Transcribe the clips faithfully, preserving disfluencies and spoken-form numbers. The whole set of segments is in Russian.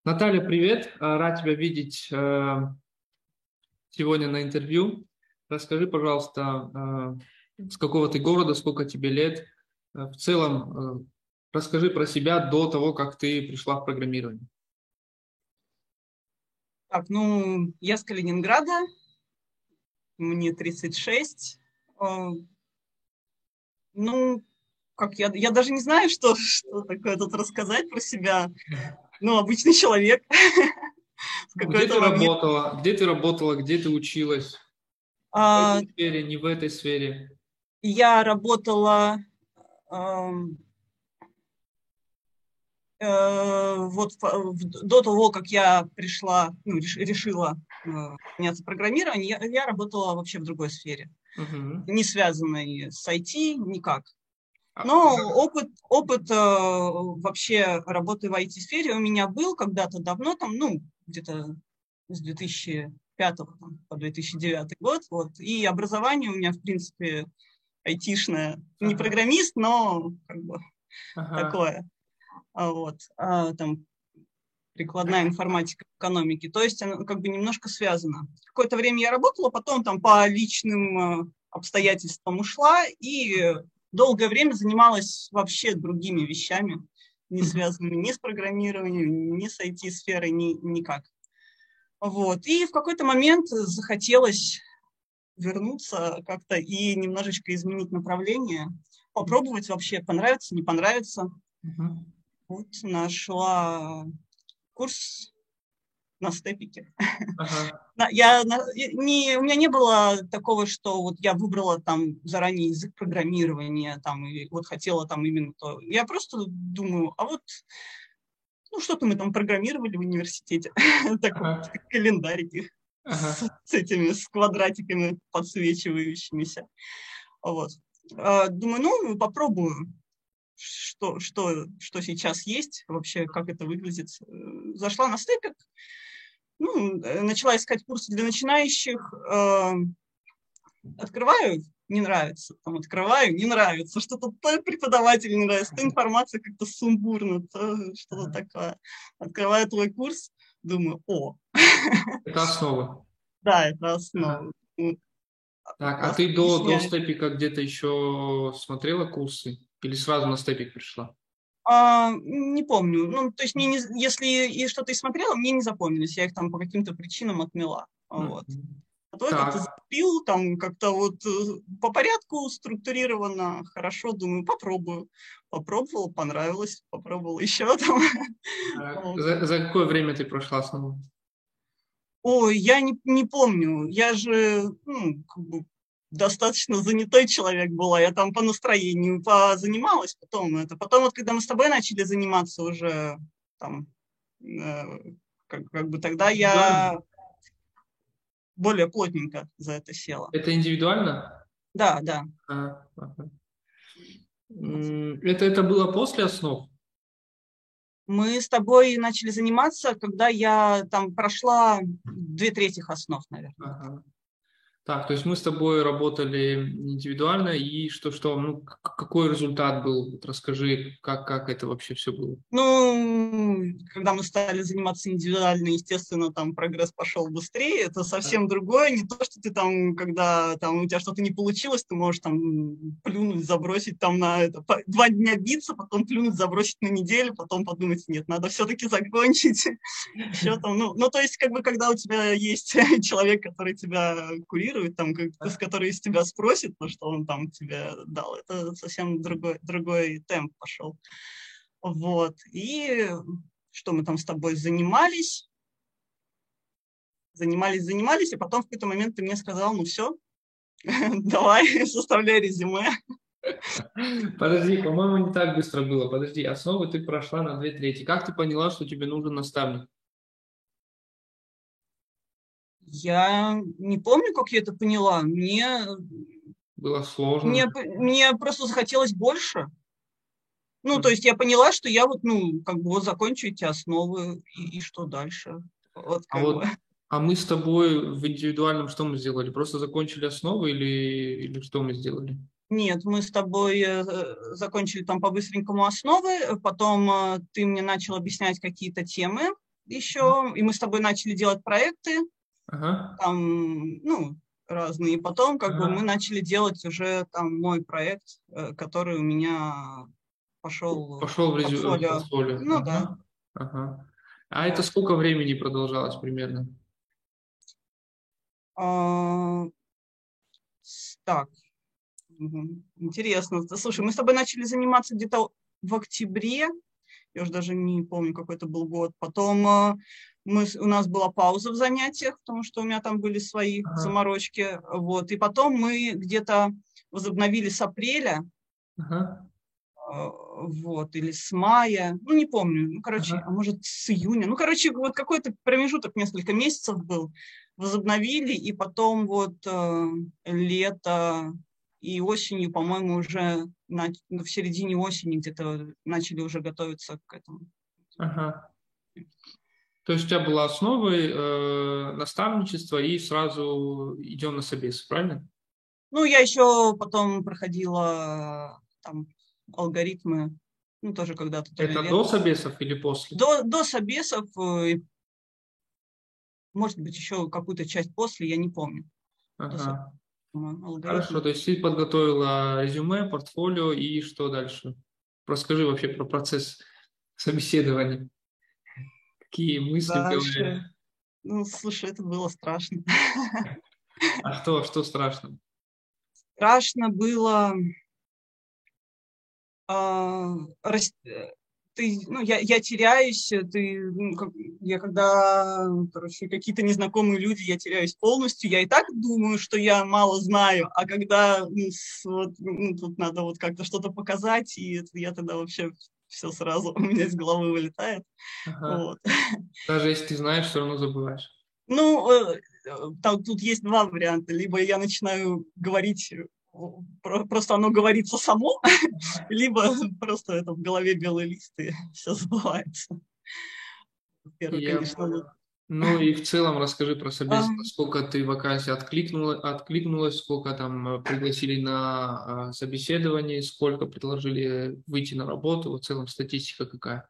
Наталья, привет! А, Рад тебя видеть э, сегодня на интервью. Расскажи, пожалуйста, э, с какого ты города, сколько тебе лет. Э, В целом, э, расскажи про себя до того, как ты пришла в программирование. Так, ну, я с Калининграда, мне тридцать шесть. Э, Ну, как я, я даже не знаю, что, что такое тут рассказать про себя. Ну, обычный человек. В Ну, где какой-то ты момент. работала? Где ты работала? Где ты училась? В А, этой сфере, не в этой сфере? Я работала ам, э, вот в- в- до того, как я пришла, ну, реш- решила э, заняться программированием, я, я работала вообще в другой сфере, Мгм. не связанной с ай ти никак. А, Но опыт, опыт э, вообще работы в ай ти-сфере у меня был когда-то давно, там, ну, где-то с две тысячи пятого там, по две тысячи девятый год, вот, и образование у меня, в принципе, айтишное. Не ага, программист, но как бы ага. такое, а вот, а, там, прикладная информатика в экономике, то есть оно как бы немножко связано. Какое-то время я работала, потом там по личным э, обстоятельствам ушла и долгое время занималась вообще другими вещами, не Мгм. связанными ни с программированием, ни с ай ти-сферой, ни, никак. Вот. И в какой-то момент захотелось вернуться как-то и немножечко изменить направление, попробовать вообще, понравится, не понравится. Мгм. Вот нашла курс на степике. Ага. Да, я на- не, у меня не было такого, что вот я выбрала там заранее язык программирования, там, и вот хотела там именно то. Я просто думаю, а вот, ну, что-то мы там программировали в университете, так вот, Ага. календарики с, Ага. с этими, с квадратиками подсвечивающимися. Вот. А, Думаю, ну, попробую, что, что, что сейчас есть, вообще, как это выглядит. Э, Зашла на степик, ну, э, начала искать курсы для начинающих, э, открываю, не нравится, там открываю, не нравится, что-то то преподаватель не нравится, то информация как-то сумбурно, то что-то Ага. такое. Открываю твой курс, думаю, о, Это основа. да, это основа. Ага. Ну, Так, а классно ты до, до объясняет. степика где-то еще смотрела курсы? Или сразу на степик пришла? А, не помню, ну, то есть мне не, если и что-то и смотрела, мне не запомнились, я их там по каким-то причинам отмела, вот. Мгм. А то этот Так, зацепил, там как-то вот э, по порядку, структурировано, хорошо, думаю, попробую. Попробовала, понравилось, попробовала еще там. так. Вот. За, за какое время ты прошла основу? Ой, я не, не помню, я же ну, как бы достаточно занятой человек была, я там по настроению позанималась, потом это. Потом вот когда мы с тобой начали заниматься уже там, э, как, как бы тогда Индивидуально? я более плотненько за это села. Это индивидуально? Да, да. А, ага. М, Это, это было после основ? Мы с тобой начали заниматься, когда я там прошла две трети основ, наверное. Ага. Так, то есть мы с тобой работали индивидуально, и что, что, ну, к- какой результат был? Вот расскажи, как, как это вообще все было? Ну, когда мы стали заниматься индивидуально, естественно, там прогресс пошел быстрее. Это совсем другое. Не то, что ты там, когда там у тебя что-то не получилось, ты можешь там плюнуть, забросить там на это, по- два дня биться, потом плюнуть, забросить на неделю, потом подумать, нет, надо все-таки закончить. Еще там, ну, ну, то есть, как бы, когда у тебя есть человек, который тебя курирует, там, как, с который из тебя спросит, то, что он там тебе дал, это совсем другой, другой темп пошел. Вот. И что мы там с тобой занимались, занимались, занимались, и потом в какой-то момент ты мне сказал, ну все, давай, составляй резюме. Подожди, по-моему, не так быстро было. Подожди, основы ты прошла на две трети. Как ты поняла, что тебе нужен наставник? Я не помню, как я это поняла. Мне, Было сложно? мне, мне просто захотелось больше. Ну, то М. есть я поняла, что я вот, ну, как бы вот закончу эти основы, и, и что дальше? Вот А как бы. вот, а мы с тобой в индивидуальном что мы сделали? Просто закончили основы или, или что мы сделали? Нет, мы с тобой э, закончили там по-быстренькому основы, потом э, ты мне начал объяснять какие-то темы, еще, и мы с тобой начали делать проекты, Ага. там, ну, разные. И потом, как Ага. бы, мы начали делать уже там мой проект, который у меня пошел Пошел в в резю- в портфолио. портфолио. Ну, да. Ага. Ага. А это Вот. сколько времени продолжалось примерно? А, так, мгм. Интересно. Слушай, мы с тобой начали заниматься где-то в октябре, я уже даже не помню, какой это был год. Потом а, мы, у нас была пауза в занятиях, потому что у меня там были свои Ага. заморочки. Вот. И потом мы где-то возобновили с апреля, Ага. а, вот, или с мая, ну, не помню, ну, короче, а Ага. может, с июня. Ну, короче, вот какой-то промежуток, несколько месяцев был, возобновили, и потом вот э, лето и осенью, по-моему, уже на, в середине осени где-то начали уже готовиться к этому. Ага. То есть у тебя была основа э, наставничество, и сразу идем на собес, правильно? Ну, я еще потом проходила там алгоритмы, ну, тоже когда-то, то ли Это до летом. собесов или после? До, до собесов, э, может быть, еще какую-то часть после, я не помню. До собесов, Ага. Хорошо, алгоритмы. то есть ты подготовила резюме, портфолио, и что дальше? Расскажи вообще про процесс собеседования. Какие мысли в голове? Дальше. Ну, слушай, это было страшно. А что, что страшно? Страшно было. а, рас- э, ты, ну, я, я теряюсь, э, ты, ну, как- я когда, короче, какие-то незнакомые люди, я теряюсь полностью. Я и так думаю, что я мало знаю, а когда ну, с- вот, ну, тут надо вот как-то что-то показать, и это я тогда вообще все сразу у меня из головы вылетает. Ага. Вот. Даже если ты знаешь, все равно забываешь. Ну, э, э, там, тут есть два варианта. Либо я начинаю говорить, э, про- просто оно говорится само, либо просто это в голове белый лист, и все забывается. Первый, Я конечно, вот. понял. Ну и в целом расскажи про А, собес. Сколько ты вакансий откликнула, откликнулась, сколько там э, пригласили на а, собеседование, сколько предложили выйти на работу, в целом статистика какая?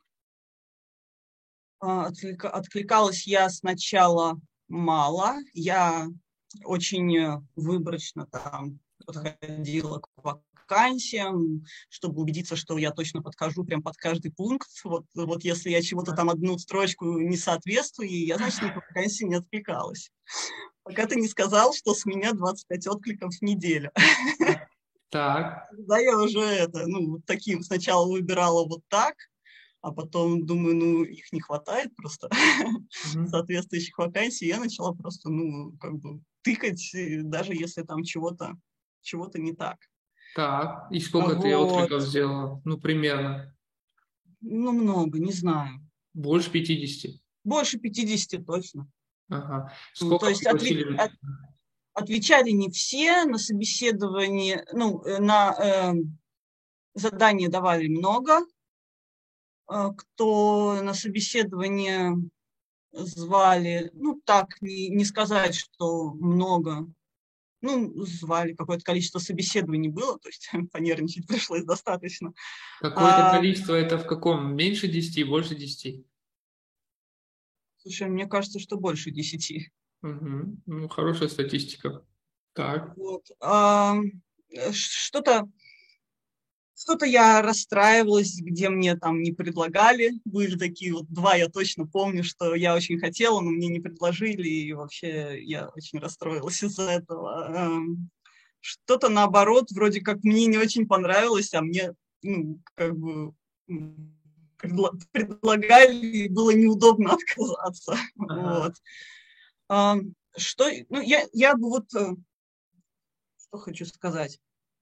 а, отклика- Откликалась я сначала мало, я очень э, выборочно там подходила к вакансиям, чтобы убедиться, что я точно подхожу прям под каждый пункт. Вот, вот если я чего-то там одну строчку не соответствую, я, значит, на эту вакансию не откликалась. Пока ты не сказал, что с меня двадцать пять откликов в неделю. Так. Тогда я уже это, ну, вот таким сначала выбирала вот так, а потом думаю, ну, их не хватает просто Мгм. соответствующих вакансий. Я начала просто, ну, как бы тыкать, э, даже если там чего-то чего-то не так. Так. И сколько ты Вот. откликов сделала? Ну, примерно. Ну, много, не знаю. Больше пятидесяти. Больше пятидесяти точно. Ага. Ну, то Сколько есть отве- пригласили? от- отвечали не все на собеседование, ну, э, на э, задание давали много, э, кто на собеседование звали, ну, так, не, не сказать, что много. Ну, звали, какое-то количество собеседований было, то есть понервничать пришлось достаточно. Какое-то А, количество это в каком? Меньше десяти, больше десяти? слушай, мне кажется, что больше десяти. Угу. Ну, хорошая статистика. Так. Вот. А, э, что-то, что-то я расстраивалась, где мне там не предлагали. Были такие вот два, я точно помню, что я очень хотела, но мне не предложили, и вообще я очень расстроилась из-за этого. Ам, Что-то наоборот, вроде как мне не очень понравилось, а мне, ну, как бы м, предла- предлагали, и было неудобно отказаться. Вот. Ага. Ам, Что, ну, я, я бы вот, э, что хочу сказать.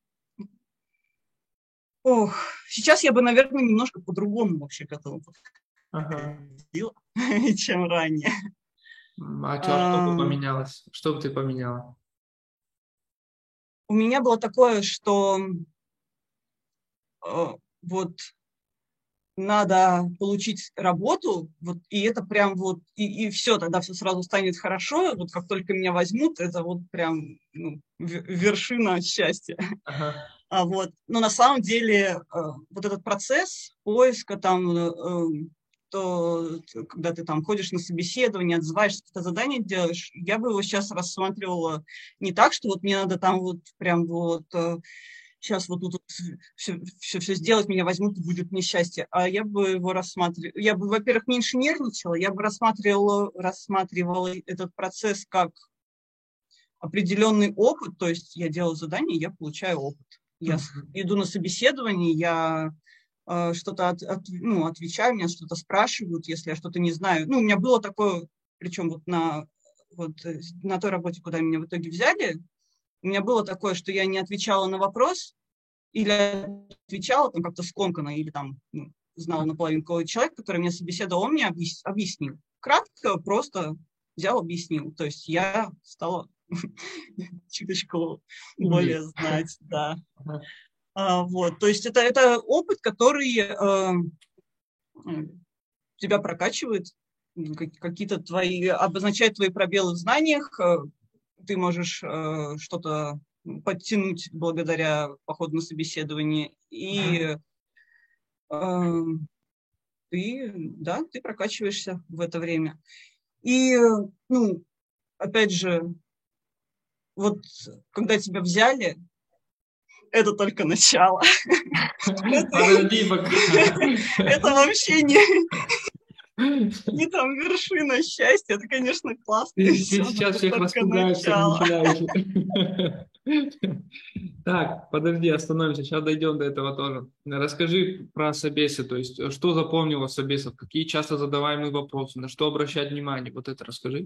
Ох, сейчас я бы, наверное, немножко по-другому вообще к этому Ага. подходила, чем ранее. М, А чё, а что бы Ам, поменялось? Что бы ты поменяла? У меня было такое, что э, вот надо получить работу, вот, и это прям вот, и, и все, тогда все сразу станет хорошо, вот как только меня возьмут, это вот прям ну, в- вершина счастья. Ага. А вот, но на самом деле э, вот этот процесс поиска там, э, то, когда ты там ходишь на собеседование, отзываешься, какие-то задания делаешь, я бы его сейчас рассматривала не так, что вот мне надо там вот прям вот сейчас вот тут все, все, все сделать, меня возьмут, и будет мне счастье. А я бы его рассматривала, я бы, во-первых, меньше нервничала, я бы рассматривала, рассматривала этот процесс как определенный опыт, то есть я делаю задание, я получаю опыт. Я uh-huh. иду на собеседование, я э, что-то от, от, ну, отвечаю, меня что-то спрашивают, если я что-то не знаю. Ну, у меня было такое, причем вот на, вот на той работе, куда меня в итоге взяли, у меня было такое, что я не отвечала на вопрос, или отвечала там как-то скомканно, или там ну, знала наполовину какого человека, который меня собеседовал, он мне объяснил. Кратко, просто взял, объяснил. То есть я стала чуточку более знать, да. А, вот, то есть это, это опыт, который э, тебя прокачивает, какие-то твои, обозначает твои пробелы в знаниях, ты можешь э, что-то подтянуть благодаря походу на собеседование, и э, ты, да, ты прокачиваешься в это время. И, ну, опять же, вот когда тебя взяли, это только начало. Подожди пока. Это вообще не... Не там вершина счастья, это, конечно, классно. Ты, ты сейчас всех распугаешь, всех начинающих. Так, подожди, остановимся, сейчас дойдем до этого тоже. Расскажи про собесы, то есть что запомнила собесов, какие часто задаваемые вопросы, на что обращать внимание, вот это расскажи.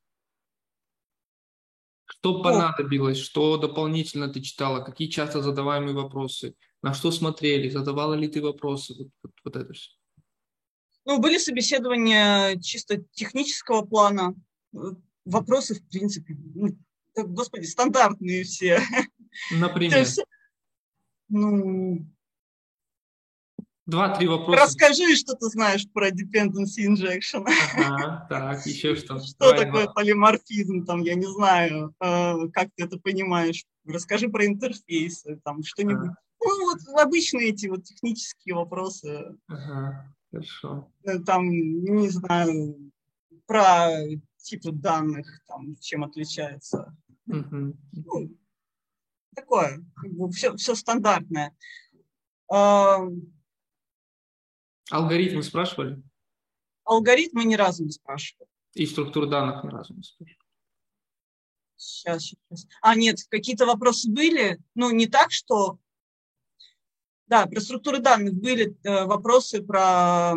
Что понадобилось, что дополнительно ты читала, какие часто задаваемые вопросы, на что смотрели, задавала ли ты вопросы, вот, вот, вот это все. Ну, были собеседования чисто технического плана, вопросы, в принципе, ну, господи, стандартные все. Например? Ну, два-три вопроса. Расскажи, что ты знаешь про dependency injection. Ага, так, еще что? Что Давай, такое два. Полиморфизм, там, я не знаю, э, как ты это понимаешь. Расскажи про интерфейсы, там, что-нибудь. Ага. Ну, вот обычные эти вот технические вопросы. Ага, хорошо. Там, не знаю, про типы данных, там, чем отличается. Угу. Ну, такое, как бы все, все стандартное. А, алгоритмы спрашивали? Алгоритмы ни разу не спрашивали. И структуру данных ни разу не спрашивали? Сейчас, сейчас. А, нет, какие-то вопросы были, ну, не так, что... Да, про структуры данных были э, вопросы про...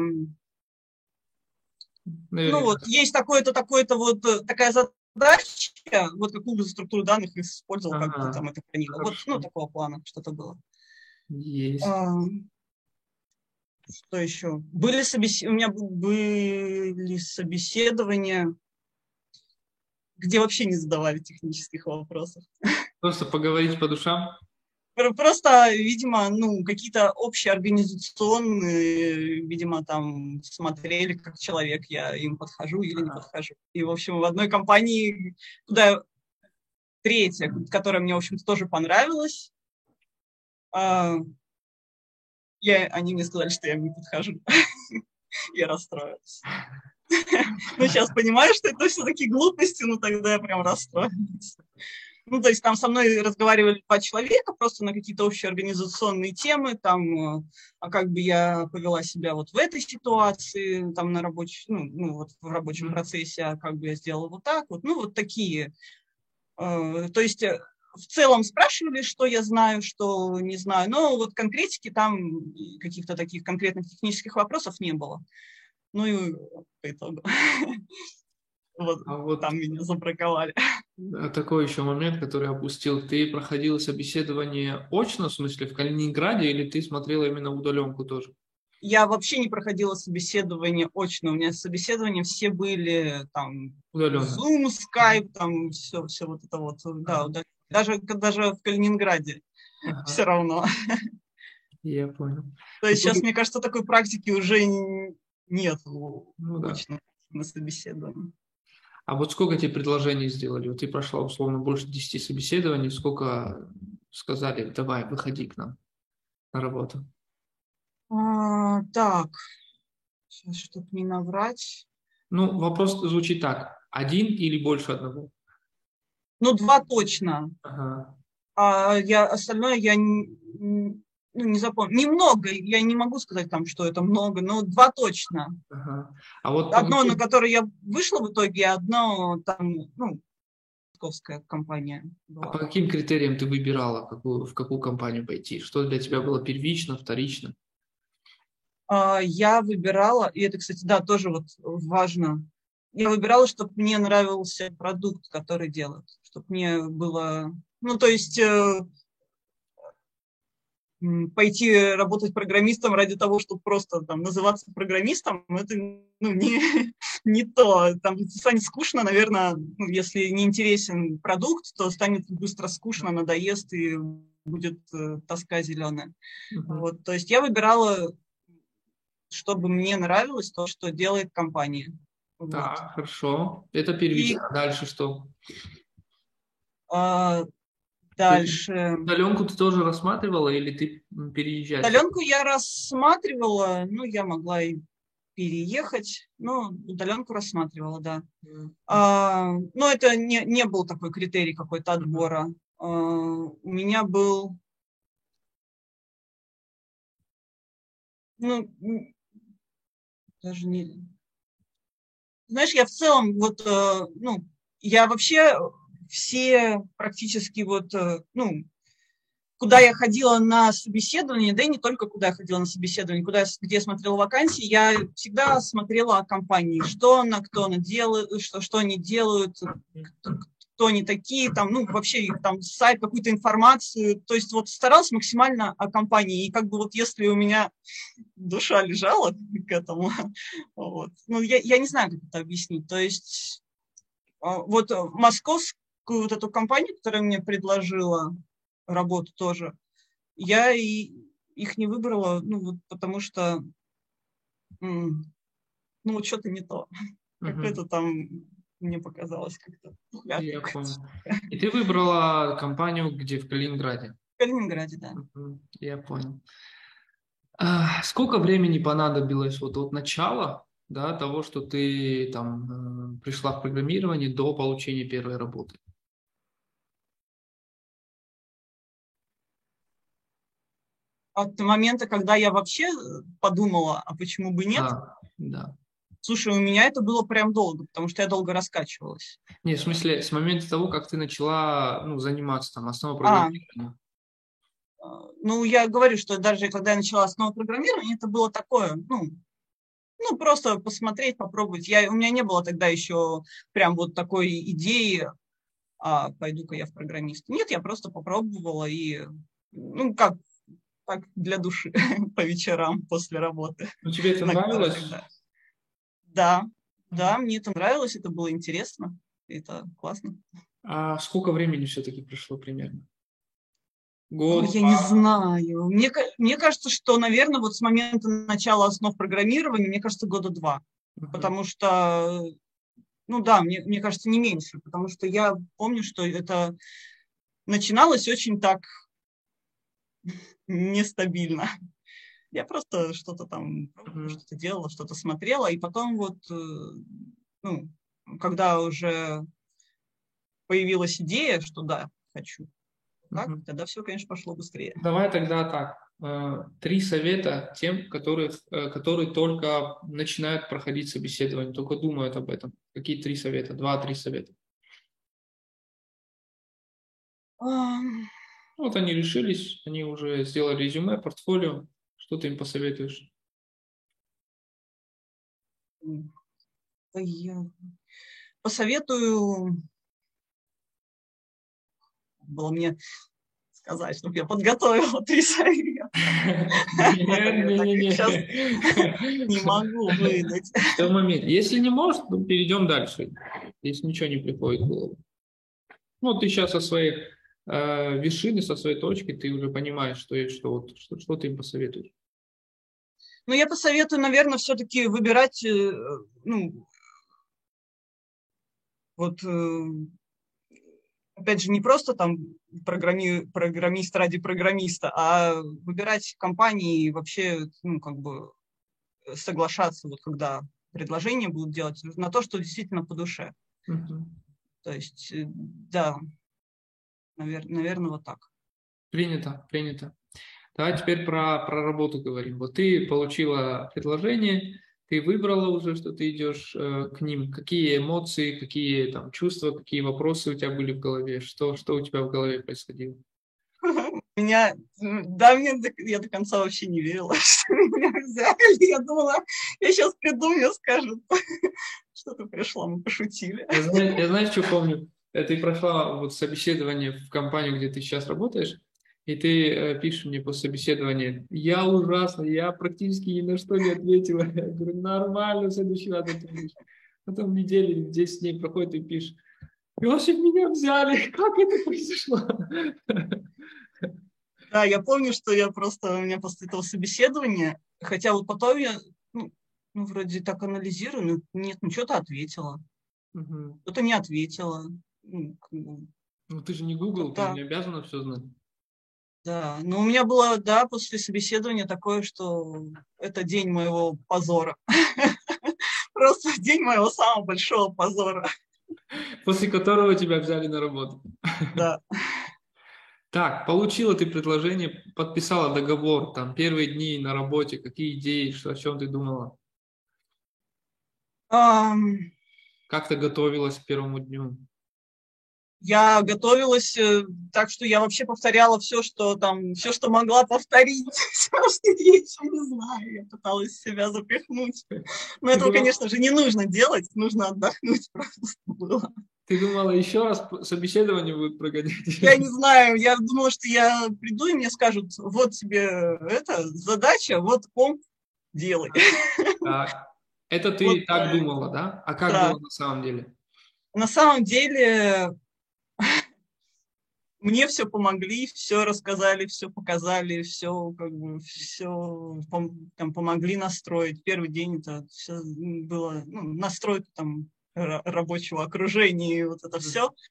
Наверняка. Ну, вот, есть такое-то, такое-то, вот, такая задача, вот какую бы структуру данных использовал, ага, как бы там это хранило. Вот, ну, такого плана что-то было. Есть. А, что еще? Были собес... У меня были собеседования, где вообще не задавали технических вопросов. Просто поговорить по душам? Просто, видимо, ну, какие-то общие организационные, видимо, там смотрели, как человек я им подхожу или не подхожу. И, в общем, в одной компании, куда третья, которая мне, в общем-то, тоже понравилась, я, они мне сказали, что я им не подхожу. Я расстроилась. Ну, сейчас понимаю, что это все-таки глупости, но тогда я прям расстроилась. Ну, то есть там со мной разговаривали два человека просто на какие-то общие организационные темы, там, а как бы я повела себя вот в этой ситуации, там, на рабочем, ну, ну вот в рабочем mm-hmm. процессе, а как бы я сделала вот так вот, ну, вот такие. То есть в целом спрашивали, что я знаю, что не знаю, но вот конкретики там, каких-то таких конкретных технических вопросов не было. Ну и по итогу. Вот, а вот там меня забраковали. Такой еще момент, который опустил. Ты проходила собеседование очно, в смысле в Калининграде, или ты смотрела именно удаленку тоже? Я вообще не проходила собеседование очно. У меня собеседования все были там удаленно. Zoom, Skype, там все, все вот это вот. Да, ага. даже, даже в Калининграде ага. все равно. Я понял. То есть сейчас, мне кажется, такой практики уже нет ну, очно да. на собеседовании. А вот сколько тебе предложений сделали? Вот ты прошла, условно, больше десяти собеседований. Сколько сказали, давай, выходи к нам на работу? А, так, Сейчас, чтобы не наврать. Ну, вопрос звучит так. Один или больше одного? Ну, два точно. Ага. А я, остальное я не, ну, не запомню. Немного, я не могу сказать, там, что это много, но два точно. Ага. А вот по Одно, на каким, которое я вышла в итоге, одно там, ну, московская компания а была. по каким критериям ты выбирала, какую, в какую компанию пойти? Что для тебя было первично, вторично? А, Я выбирала, и это, кстати, да, тоже вот важно, я выбирала, чтобы мне нравился продукт, который делают, чтобы мне было, ну, то есть э, м, пойти работать программистом ради того, чтобы просто там называться программистом, это ну, не, не то. Там станет скучно, наверное, ну, если не интересен продукт, то станет быстро скучно, надоест и будет э, тоска зеленая. Мгм. Вот, то есть я выбирала, чтобы мне нравилось то, что делает компания. Вот. Так, хорошо. Это И первично. А дальше что? а, То есть дальше. удаленку ты тоже рассматривала или ты м, переезжать? Удаленку я рассматривала, ну, я могла и переехать, но удаленку рассматривала, да. Мгм. А, но это не, не был такой критерий какой-то Мгм. отбора. А, у меня был, ну, м, даже не... Знаешь, я в целом вот, э, ну, я вообще все практически вот, э, ну, куда я ходила на собеседование, да и не только куда я ходила на собеседование, куда, я с- где я смотрела вакансии, я всегда смотрела о компании, что она, кто она делает, что, что они делают, кто, кто они такие, там, ну, вообще их там сайт, какую-то информацию, то есть вот старалась максимально о компании, и как бы вот если у меня душа лежала к этому, вот, ну, я, я не знаю, как это объяснить, то есть а, вот э, московскую вот эту компанию, которая мне предложила работу тоже, я и их не выбрала, ну, вот потому что, м, ну, вот что-то не то. Мгм. Какое-то там мне показалось как-то тухлятка Я какая-то. понял. И ты выбрала компанию, где в Калининграде? В Калининграде, да. Мгм. Я понял. А, сколько времени понадобилось вот от начала, да, того, что ты там э, пришла в программирование до получения первой работы? От момента, когда я вообще э, подумала, а почему бы нет, Да, да. слушай, у меня это было прям долго, потому что я долго раскачивалась. Не, в смысле, с момента того, как ты начала, ну, заниматься там основой А, программирования. э, ну, я говорю, что даже когда я начала основу программирования, это было такое, ну, ну, просто посмотреть, попробовать. Я, у меня не было тогда еще прям вот такой идеи, а пойду-ка я в программист. Нет, я просто попробовала и, ну, как, как для души по вечерам после работы. Ну, тебе это Иногда, нравилось? когда. Да, Мгм. да, мне это нравилось, это было интересно, это классно. А сколько времени все-таки прошло примерно? Ой, Год, я не два? знаю. Мне, ка- мне кажется, что, наверное, вот с момента начала основ программирования, мне кажется, года два. Мгм. Потому что, ну да, мне, мне кажется, не меньше. Потому что я помню, что это начиналось очень так нестабильно. Я просто что-то там пробовала, Мгм. что-то делала, что-то смотрела, и потом вот, э, ну, когда уже появилась идея, что да, хочу, так, Мгм. тогда все, конечно, пошло быстрее. Давай тогда так. э, Три совета тем, которые, э, которые только начинают проходить собеседование, только думают об этом. Какие три совета? Два-три совета. Ам, Вот они решились, они уже сделали резюме, портфолио. Что ты им посоветуешь? я посоветую было мне сказать, чтобы я подготовила три совета. Нет, Я не, так не, их сейчас не. не могу выдать. Все в моменте. Если не можешь, то перейдем дальше. Если ничего не приходит в голову. Ну, ты сейчас со своей э, вершины, со своей точки, ты уже понимаешь, что, есть, что, вот, что, что ты им посоветуешь. Но я посоветую, наверное, все-таки выбирать, э, ну, вот э, опять же, не просто там программи, программист ради программиста, а выбирать компании вообще, ну, как бы соглашаться, вот когда предложения будут делать, на то, что действительно по душе. Угу. То есть, да, навер- наверное, вот так. Принято, принято. Давай теперь про, про работу говорим. Вот ты получила предложение, ты выбрала уже, что ты идешь э, к ним. Какие эмоции, какие там чувства, какие вопросы у тебя были в голове? Что, что у тебя в голове происходило? Меня, да, мне, я до конца вообще не верила, что меня взяли. Я думала, я сейчас приду, мне скажут, что ты пришла, мы пошутили. Я знаю, я знаю, что помню. Э, Ты прошла вот собеседование в компанию, где ты сейчас работаешь, и ты э, пишешь мне после собеседования: я ужасно, я практически ни на что не ответила. Я говорю: нормально, в следующий раз ответишь. Потом недели, десять дней проходит, и пишешь: Иосиф, меня взяли, как это произошло? Да, я помню, что я просто, у меня после этого собеседования, хотя вот потом я, ну, ну вроде так анализирую, ну, нет, ну, что-то ответила. Угу. Что-то не ответила. Ну, Ну ты же не Google, ты же да, не обязана все знать. да. Но у меня было, да, после собеседования такое, что это день моего позора. Просто день моего самого большого позора. После которого тебя взяли на работу. Да. Так, получила ты предложение, подписала договор, там, первые дни на работе, какие идеи, что, о чем ты думала? Ам, Как ты готовилась к первому дню? Я готовилась э, так, что я вообще повторяла все, что там, все, что могла повторить, все, что я еще не знаю. Я пыталась себя запихнуть. Но Ты этого, думала, конечно же, не нужно делать, нужно отдохнуть просто было. ты думала, еще раз собеседование будет Я проходить? не знаю, я думала, что я приду, и мне скажут: вот тебе это задача, вот комп, делай. Так, это Вот, ты так э, думала, да? А как да. было на самом деле? На самом деле мне все помогли, все рассказали, все показали, все как бы все там помогли настроить. Первый день это все было, ну, настройка там ра- рабочего окружения и вот это Мгм. все.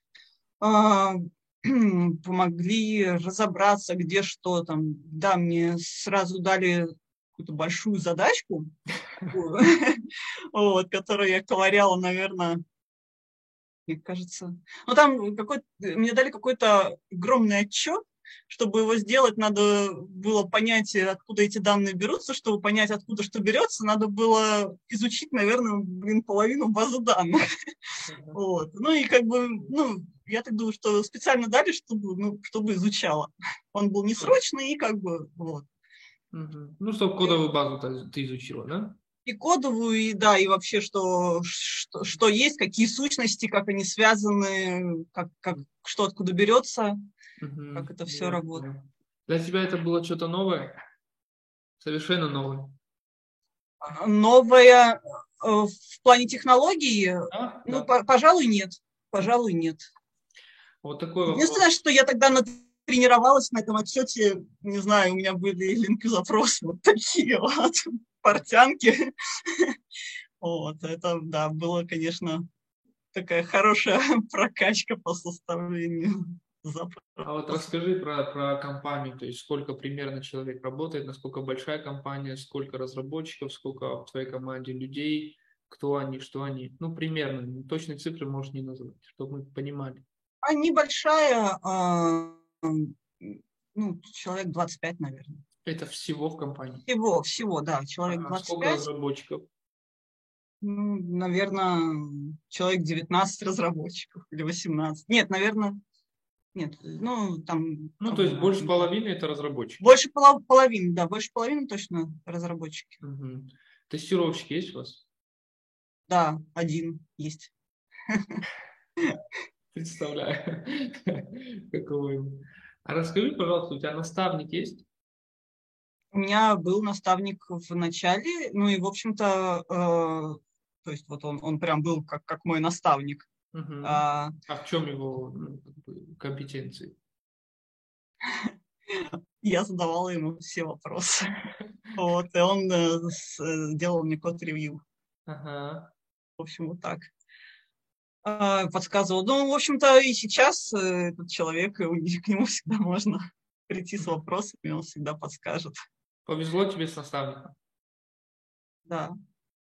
Помогли разобраться, где что там. Да, мне сразу дали какую-то большую задачку, такую, вот, которую я ковыряла, наверное, мне кажется. Ну, там какой-то, мне дали какой-то огромный отчет. Чтобы его сделать, надо было понять, откуда эти данные берутся. Чтобы понять, откуда что берется, надо было изучить, наверное, блин, половину базы данных. Вот. Ну и как бы, ну, я так думаю, что специально дали, чтобы, ну, чтобы изучала. Он был несрочный и как бы, вот. Мгм. Ну, чтобы кодовую базу ты ты изучила, да? И кодовую, и да, и вообще, что, что, что есть, какие сущности, как они связаны, как, как, что откуда берется, как Мгм. это все Я работает. понял. Для тебя это было что-то новое? Совершенно новое. Новое э, в плане технологий, Да, ну, да. по- пожалуй, нет. Пожалуй, нет. Вот такой Единственное, вопрос. что я тогда натренировалась на этом отчете, не знаю, у меня были линк-запросы вот такие вот, портянки. Вот, это, да, было, конечно, такая хорошая прокачка по составлению А вот запросов. расскажи про, про компанию, то есть сколько примерно человек работает, насколько большая компания, сколько разработчиков, сколько в твоей команде людей, кто они, что они. Ну, примерно, точные цифры можешь не назвать, чтобы мы понимали. А небольшая, а, ну, человек двадцать пять, наверное. Это всего в компании. Всего, всего, да, человек Ага, двадцать сколько пять. разработчиков? Ну, наверное, человек девятнадцать разработчиков или восемнадцать. Нет, наверное, нет, ну, там Ну, то есть по-моему, больше половины это разработчики. больше полов- половины, да, больше половины точно разработчики. Мгм. Тестировщики есть у вас? Да, один есть. Представляю, каково ему. А расскажи, пожалуйста, у тебя наставник есть? У меня был наставник в начале, ну и, в общем-то, э, то есть вот он, он прям был как, как мой наставник. Мгм. А, А в чем его ну, как бы компетенции? я задавала ему все вопросы. Вот, и он э, с- э, делал мне код-ревью. Ага. В общем, вот так. А, подсказывал. Ну, в общем-то, и сейчас э, этот человек, и у них- к нему всегда можно прийти с вопросами, он всегда подскажет. Повезло тебе с наставником. да.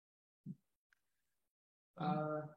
А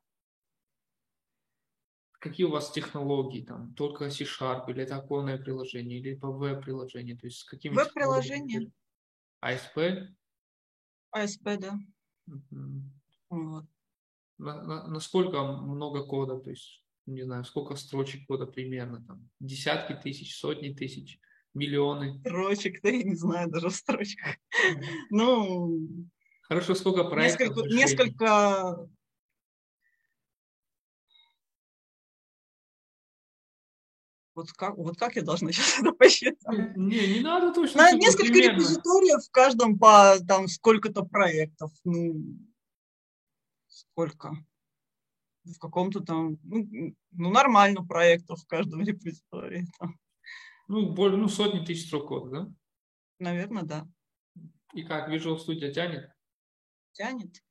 какие у вас технологии? Там только C-Sharp или это оконное приложение, или по веб-приложению? То есть с какими Веб-приложение, технологиями? эй эс пи? эй эс пи, да. Мгм. Вот. На- на- Насколько много кода? То есть, не знаю, сколько строчек кода примерно? Там, десятки тысяч, сотни тысяч, миллионы? Строчек, да, я не знаю даже строчек. Мгм. Ну, Хорошо, сколько проектов несколько, решений? несколько, вот как, вот как я должна сейчас это посчитать? Ну, не, не надо точно На цифру, несколько примерно. репозиториев, в каждом по там сколько-то проектов. Ну, сколько? В каком-то там, ну, ну, нормально проектов в каждом репозитории. Там. Ну, более, ну, сотни тысяч строк кода, да? Наверное, да. И как, Visual Studio тянет? Тянет.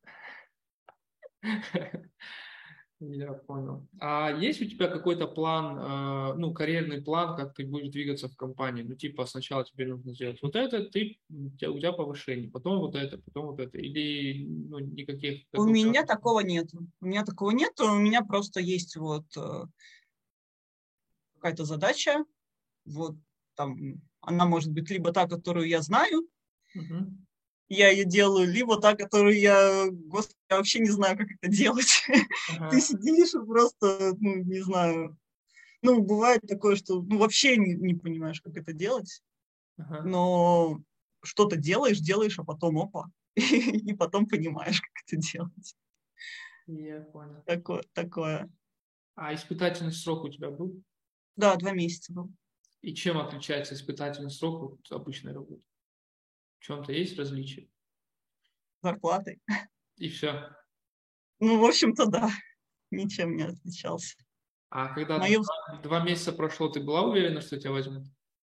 Я понял. А есть у тебя какой-то план, э, ну, карьерный план, как ты будешь двигаться в компании? Ну, типа, сначала тебе нужно сделать вот это, ты, у тебя, у тебя повышение, потом вот это, потом вот это. Или, ну, никаких У такого. меня такого нету. У меня такого нету. У меня просто есть вот э, какая-то задача. Вот там она может быть либо та, которую я знаю, Мгм. я ее делаю, либо та, которую я, господи, я вообще не знаю, как это делать. Ты Ага, сидишь и просто, ну, не знаю. Ну, бывает такое, что ну, вообще не, не понимаешь, как это делать, ага. но что-то делаешь, делаешь, а потом опа, и потом понимаешь, как это делать. Я понял. Такое, такое. А испытательный срок у тебя был? Да, два месяца был. И чем отличается испытательный срок от обычной работы? В чем-то есть различие? Зарплатой. И все. Ну, в общем-то, да, ничем не отличался. А когда Мое... два, два месяца прошло, ты была уверена, что тебя возьмут?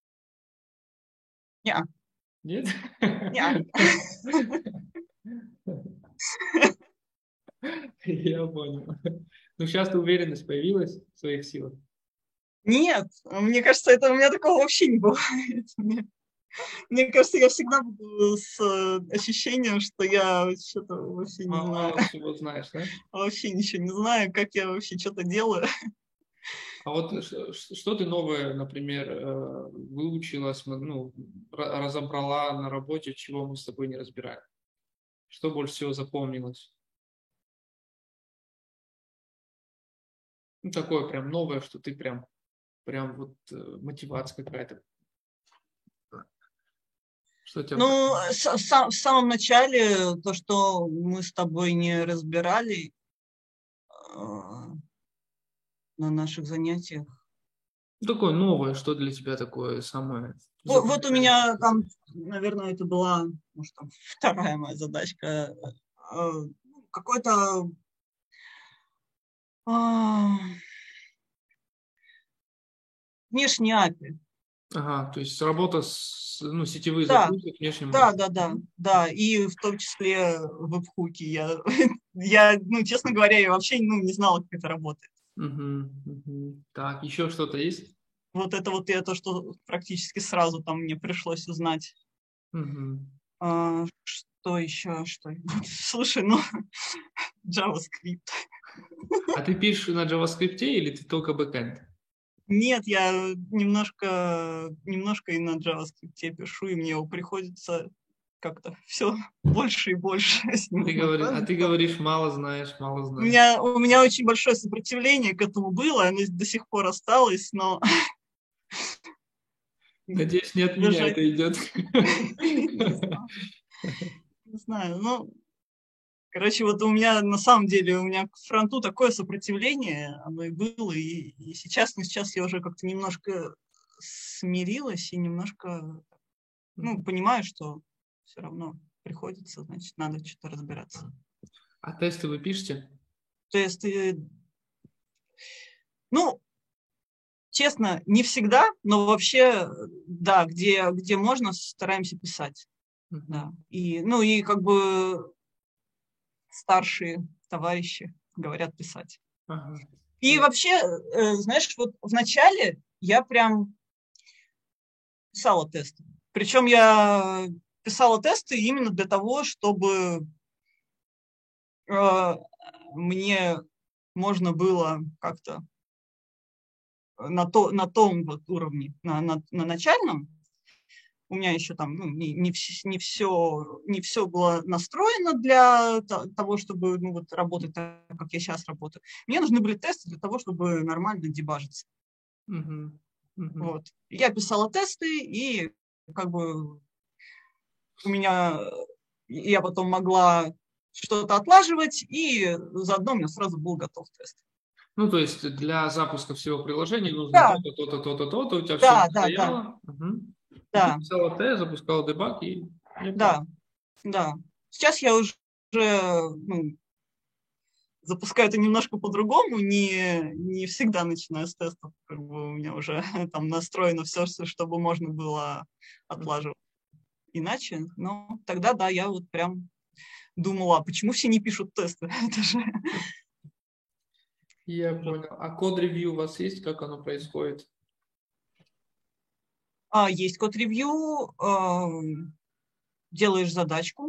Не, Нет? не. Я понял. Ну, сейчас уверенность появилась в своих силах. Нет, мне кажется, это у меня такого вообще не бывает. Мне, мне кажется, я всегда буду с э, ощущением, что я что-то вообще не Мало, знаю. мало всего знаешь, да? Вообще ничего не знаю, как я вообще что-то делаю. А вот ш- ш- что ты новое, например, э, выучила, см- ну, ра- разобрала на работе, чего мы с тобой не разбираем? Что больше всего запомнилось? Ну, такое прям новое, что ты прям, прям вот э, мотивация какая-то. Что тебя вот так- Ну, с- сам- в самом начале то, что мы с тобой не разбирали э, на наших занятиях. Ну, такое новое, что для тебя такое самое Вот, вот у меня запоминающееся? там, наверное, это была, может, там, вторая моя задачка. Э, Какой-то а, внешний эй пи ай. Ага, то есть работа с, ну, сетевые Да, загрузки к внешнему да, эй пи ай. да, да, да. И в том числе веб-хуки. Я, я, ну, честно говоря, я вообще ну, не знала, как это работает. Мгм, мгм. Так, еще что-то есть? Вот это вот я то, что практически сразу там мне пришлось узнать. Мгм. А, что еще? Что? Слушай, ну, JavaScript. А ты пишешь на JavaScript или ты только бэкэнд? Нет, я немножко, немножко и на JavaScript пишу, и мне его приходится как-то все больше и больше с А ним ты говоришь, а ты знакомиться. говоришь, мало знаешь, мало У знаешь. меня, у меня очень большое сопротивление к этому было, оно до сих пор осталось, но Надеюсь, не от меня держать это идет. не знаю. Не знаю, ну, короче, вот у меня на самом деле у меня к фронту такое сопротивление, оно и было, и, и сейчас, но сейчас я уже как-то немножко смирилась и немножко, ну, понимаю, что все равно приходится, значит, надо что-то разбираться. А тесты вы пишете? То есть, э, ну, честно, не всегда, но вообще, да, где, где можно, стараемся писать, да. Мгм. И, ну, и как бы старшие товарищи говорят писать. Ага. И Я- вообще, э, знаешь, вот в начале я прям писала тесты. Причем я писала тесты именно для того, чтобы э, мне можно было как-то на, то, на том вот уровне, на, на, на начальном, у меня еще там ну, не, не, вс- не, все, не все было настроено для то- того, чтобы ну, вот, работать так, как я сейчас работаю. Мне нужны были тесты для того, чтобы нормально дебажиться. Мгм. Мгм. Вот. Я писала тесты, и как бы у меня я потом могла что-то отлаживать, и заодно у меня сразу был готов тест. Ну, то есть для запуска всего приложения нужно Да, то-то, то-то, то-то, то-то, у тебя все да, да, да, стояло. Мгм. И ты да, писала тест, запускала дебаг, и я понял. да, да. Сейчас я уже ну, запускаю это немножко по-другому, не, не всегда начинаю с тестов, как бы у меня уже там настроено все, чтобы можно было отлаживать иначе. Но тогда, да, я вот прям думала, а почему все не пишут тесты? Это же... Я понял. А код-ревью у вас есть? Как оно происходит? А, есть код-ревью, а, делаешь задачку.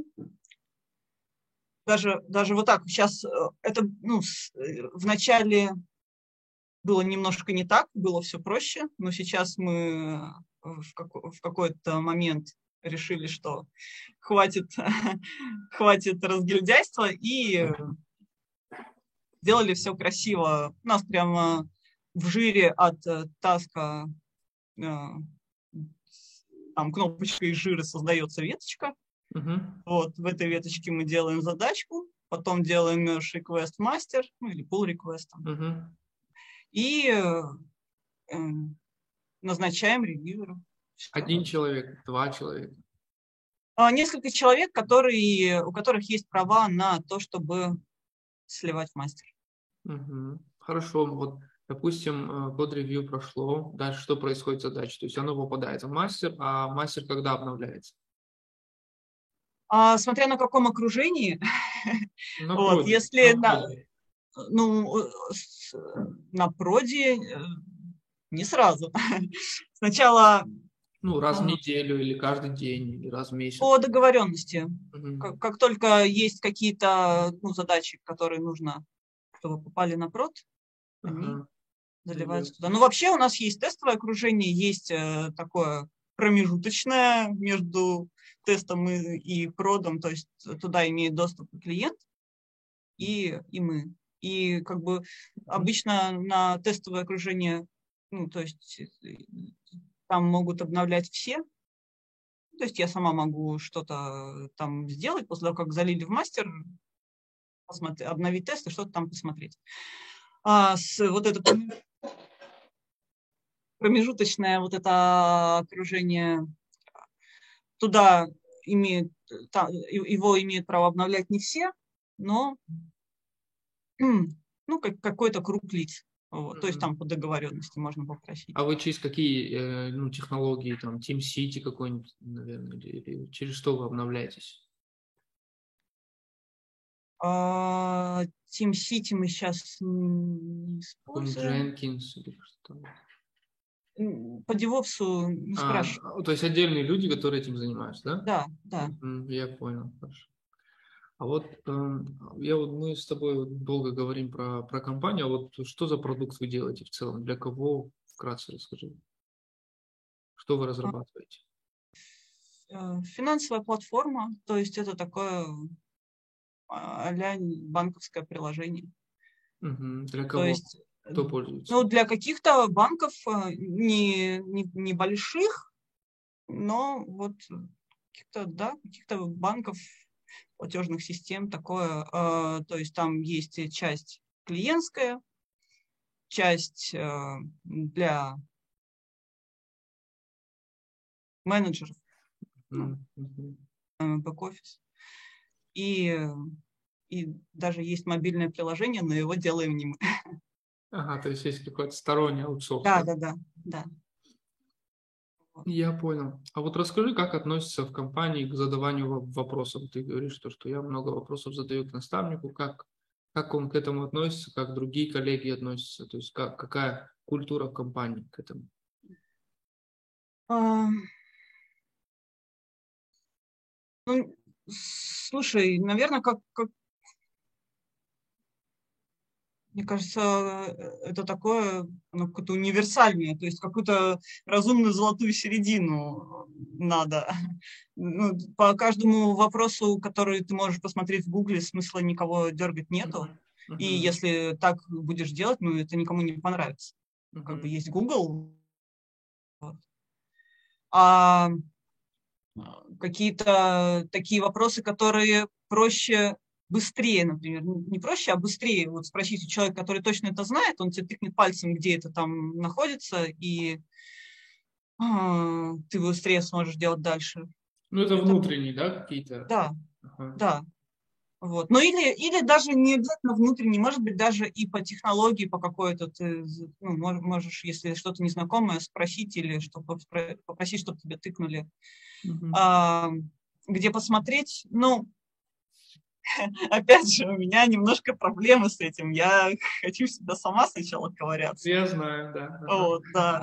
Даже, даже вот так, сейчас это ну, с, в начале было немножко не так, было все проще, но сейчас мы в, как, в какой-то момент решили, что хватит, хватит разгильдяйства, и сделали все красиво. У нас прямо в жире от э, таска э, там кнопочкой из жира создается веточка. Мгм. Вот в этой веточке мы делаем задачку, потом делаем merge request master, ну или pull request, Мгм. и э, э, назначаем ревьюера. Один человек, два человека. А, несколько человек, которые, у которых есть права на то, чтобы сливать в мастер. Мгм. Хорошо, вот, допустим, код-ревью прошло, дальше что происходит с задачей? То есть оно попадает в мастер, а мастер когда обновляется? А, смотря на каком окружении, На вот, проде. если На на, проде. ну, с- на проде э, не сразу. Сначала Ну, раз в а, неделю или каждый день, или раз в по месяц. договоренности. Как, Мгм. как только есть какие-то ну, задачи, которые нужно, чтобы попали на прод, они Ага. Я- заливаются туда. Ну, вообще у нас есть тестовое окружение, есть э, такое промежуточное между тестом и, и продом, то есть туда имеет доступ и клиент, и, и мы. И как бы Мгм. обычно на тестовое окружение, ну, то есть э, там могут обновлять все. То есть я сама могу что-то там сделать после того, как залили в мастер, посмотри, обновить тест и что-то там посмотреть. А с, вот это промежуточное вот это окружение, туда имеют, та, его имеют право обновлять не все, но ну, как, какой-то круг лиц. Вот, то есть Мгм. там по договоренности можно А попросить. вы через какие э, ну, технологии, там, TeamCity какой-нибудь, наверное, или, или через что вы обновляетесь? А, TeamCity мы сейчас не Какой-нибудь используем. Jenkins или что там? М, По девопсу не А, спрашиваю. а, то есть отдельные люди, которые этим занимаются, да? Да, да. Мгм. Я понял, хорошо. А вот эм, я вот мы с тобой вот долго говорим про, про компанию, а вот что за продукт вы делаете в целом? Для кого? Вкратце расскажи. Что вы А, разрабатываете? э, Финансовая платформа, то есть это такое а-ля банковское приложение. Мгм. Для То кого? есть, э, Кто пользуется? ну, для каких-то банков э, не, не, небольших, но вот каких-то, да, каких-то банков, платежных систем такое. э, То есть там есть и часть клиентская, часть э, для менеджеров, ну, Мгм. Мгм. э, бэк-офис. И, э, и даже есть мобильное приложение, но его делаем не мы. Ага, то есть есть какой-то сторонний аутсорс, Да, да? да, да, да. Вот. Я понял. А вот расскажи, как относится в компании к задаванию во- вопросов. Ты говоришь, то, что я много вопросов задаю к наставнику. Как, как он к этому относится, как другие коллеги относятся? То есть как, какая культура в компании к этому? А, ну, слушай, наверное, как, как Мне кажется, это такое, ну, какое-то универсальное, то есть какую-то разумную золотую середину надо. Ну, по каждому вопросу, который ты можешь посмотреть в Гугле, смысла никого дергать нету. И Мгм. если так будешь делать, ну, это никому не понравится. Как бы Мгм. есть Google, вот. А какие-то такие вопросы, которые проще, быстрее, например, ну, не проще, а быстрее. Вот спросить у человека, который точно это знает, он тебе тыкнет пальцем, где это там находится, и а, ты быстрее сможешь делать дальше. Ну, это Это внутренние, да, какие-то? да, Ага. да. Вот. Ну или, или даже не обязательно внутренний, может быть, даже и по технологии, по какой-то ты ну, можешь, если что-то незнакомое, спросить или чтобы попросить, чтобы тебе тыкнули. Мгм. А, где посмотреть, ну, опять же, у меня немножко проблемы с этим. Я хочу всегда сама сначала ковыряться. Я знаю, да. Ага. Вот, да.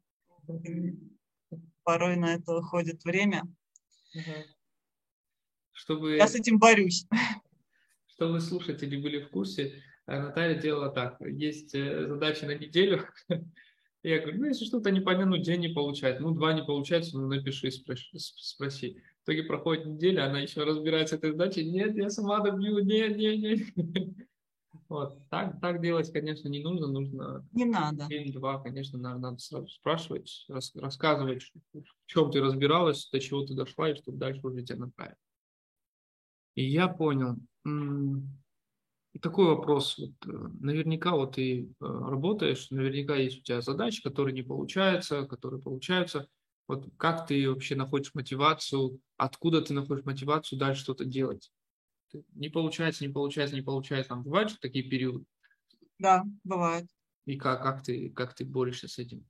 Порой на это уходит время. Ага. Я с Чтобы, этим борюсь. чтобы слушатели были в курсе, э, Наталья делала так. Есть э, задача на неделю. Я говорю, ну, если что-то непонятно, ну, день не получается, ну, два не получается, ну, напиши, спроси. спроси. В итоге проходит неделя, она еще разбирается с этой задачей. Нет, я сама добью, нет, нет, нет. Вот. Так, так делать, конечно, не нужно. Нужно Не надо. день-два, конечно, надо, надо сразу спрашивать, рас- рассказывать, в чем ты разбиралась, до чего ты дошла, и чтобы дальше уже тебя направить. И я понял. М, и такой вопрос. Вот, э, наверняка вот ты э, работаешь, наверняка есть у тебя задачи, которые не получаются, которые получаются. Вот как ты вообще находишь мотивацию, откуда ты находишь мотивацию дальше что-то делать? Ты- Не получается, не получается, не получается. Там бывают же такие периоды? Да, бывает. И как, как ты, как ты борешься с этим?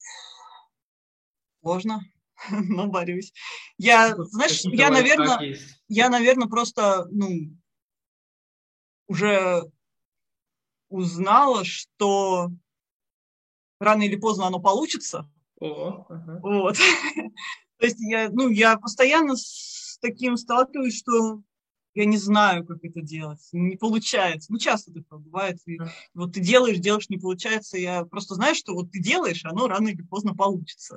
Сложно, но борюсь. Я, Ну, знаешь, какие-то я, лайфхаки наверное, есть. я, наверное, просто, ну, уже узнала, что рано или поздно оно получится. О, ага. Вот. То есть я, ну, я постоянно с таким сталкиваюсь, что я не знаю, как это делать, не получается. Ну, часто такое бывает. И вот ты делаешь, делаешь, не получается. Я просто знаю, что вот ты делаешь, оно рано или поздно получится.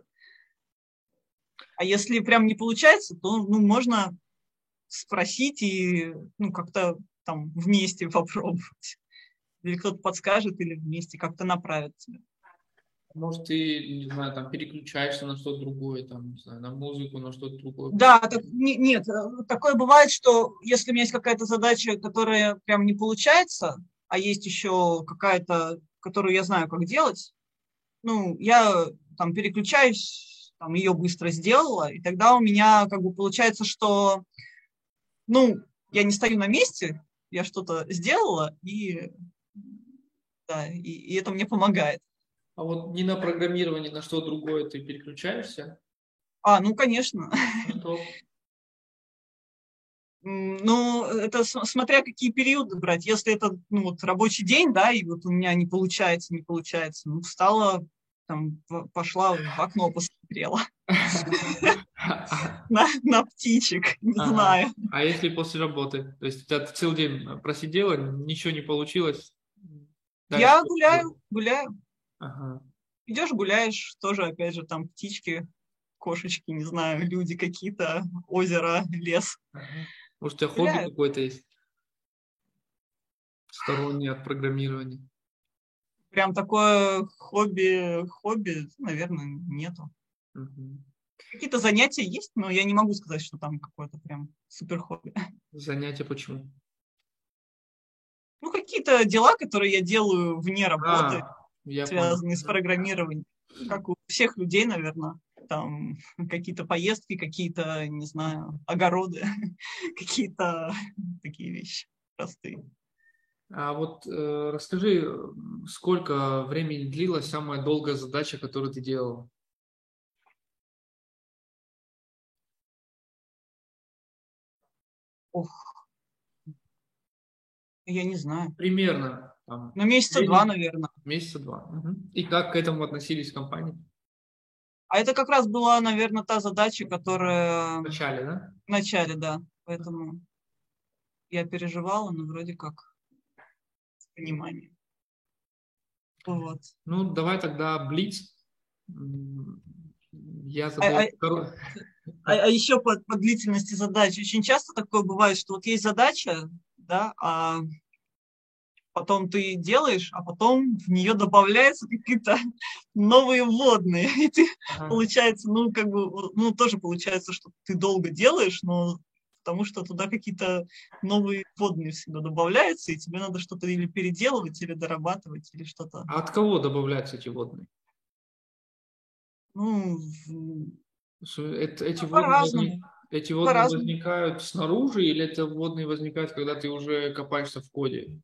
А если прям не получается, то, ну, можно спросить и, ну, как-то там вместе попробовать. Или кто-то подскажет, или вместе как-то направит тебя. Может, ты, не знаю, там переключаешься на что-то другое, там, не знаю, на музыку, на что-то другое. Да, так, не- нет, э, такое бывает, что если у меня есть какая-то задача, которая прям не получается, а есть еще какая-то, которую я знаю, как делать, ну, я там переключаюсь, там ее быстро сделала, и тогда у меня как бы получается, что, ну, я не стою на месте, я что-то сделала, и, да, и, и это мне помогает. А вот не на программирование, на что другое ты переключаешься? А, ну, конечно. На что? М, Ну, это с- смотря какие периоды брать. Если это, ну, вот рабочий день, да, и вот у меня не получается, не получается, ну, встала, там, п- пошла в окно посмотрела на, на птичек, не Ага. знаю. А если после работы? То есть у тебя целый день просидела, ничего не получилось, дальше Я что делать? гуляю, гуляю. Ага. Идешь, гуляешь, тоже, опять же, там птички, кошечки, не знаю, люди какие-то, озеро, лес. Ага. Может, у тебя хобби Гуляю. какое-то есть, стороннее от программирования? Прям такое хобби, хобби, наверное, нету. Мгм. Какие-то занятия есть, но я не могу сказать, что там какое-то прям супер хобби. Занятия почему? Ну, какие-то дела, которые я делаю вне работы, А, я понял. связанные с программированием, как у всех людей, наверное. Там какие-то поездки, какие-то, не знаю, огороды, какие-то такие вещи простые. А вот э, расскажи, э, сколько времени длилась самая долгая задача, которую ты делал? Ох, я не знаю. Примерно там, Ну, месяца два, средний наверное. месяца два. Мгм. И как к этому относились в компании? А это как раз была, наверное, та задача, В которая в начале, да? начале, да. Поэтому я переживала, но вроде как с пониманием. Вот. Ну, давай тогда блиц. Я А, задаю... а, а, а еще по, по длительности задач. Очень часто такое бывает, что вот есть задача, да, а потом ты делаешь, а потом в нее добавляются какие-то новые вводные. И ты, Ага. получается, ну, как бы, ну, тоже получается, что ты долго делаешь, но потому что туда какие-то новые вводные всегда добавляются, и тебе надо что-то или переделывать, или дорабатывать, или что-то. А от кого добавляются эти водные? Ну, в- Это, эти ну, водные, возник- по-разному. эти водные По-разному. возникают снаружи или это водные возникают, когда ты уже копаешься в коде?